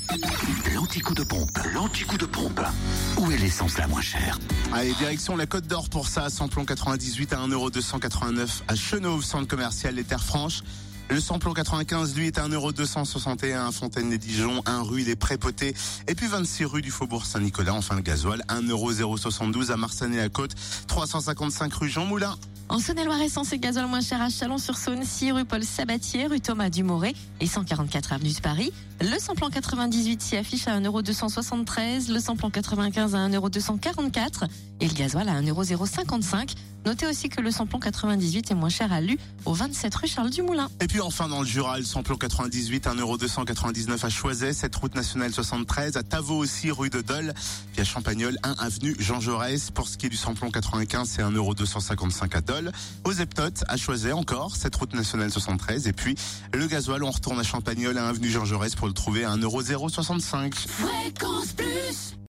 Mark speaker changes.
Speaker 1: L'anti-coup de pompe, l'anti-coup de pompe. Où est l'essence la moins chère?
Speaker 2: Allez, direction la Côte d'Or pour ça. Samplon 98 à 1,289 € à Chenauve, centre commercial Les Terres Franches. Le samplon 95, lui, est à 1,261 € à Fontaine-les-Dijon, 1 rue des Prépotés, et puis 26 rue du Faubourg Saint-Nicolas. Enfin, le gasoil, 1,072 € à Marsanet-la-Côte, 355 rue Jean Moulin.
Speaker 3: En Saône-et-Loire, essence et gasoil moins cher à Chalon-sur-Saône, 6 rue Paul Sabatier, rue Thomas Dumoré et 144 avenue de Paris. Le samplon 98 s'y affiche à 1,273 €, le samplon 95 à 1,244 € et le gasoil à 1,055 €. Notez aussi que le samplon 98 est moins cher à Lus, au 27 rue Charles Dumoulin.
Speaker 2: Et puis enfin dans le Jura, le samplon 98, 1,299 € à Choiset, 7 route nationale 73, à Tavaux aussi, rue de Dole, puis à Champagnole, 1 avenue Jean Jaurès. Pour ce qui est du samplon 95, c'est 1,255 € à Dole. Aux Eptotes, à Choiset encore, 7 route nationale 73. Et puis le gasoil, on retourne à Champagnole, 1 avenue Jean Jaurès pour le trouver à 1,065 €.
Speaker 1: Fréquence Plus.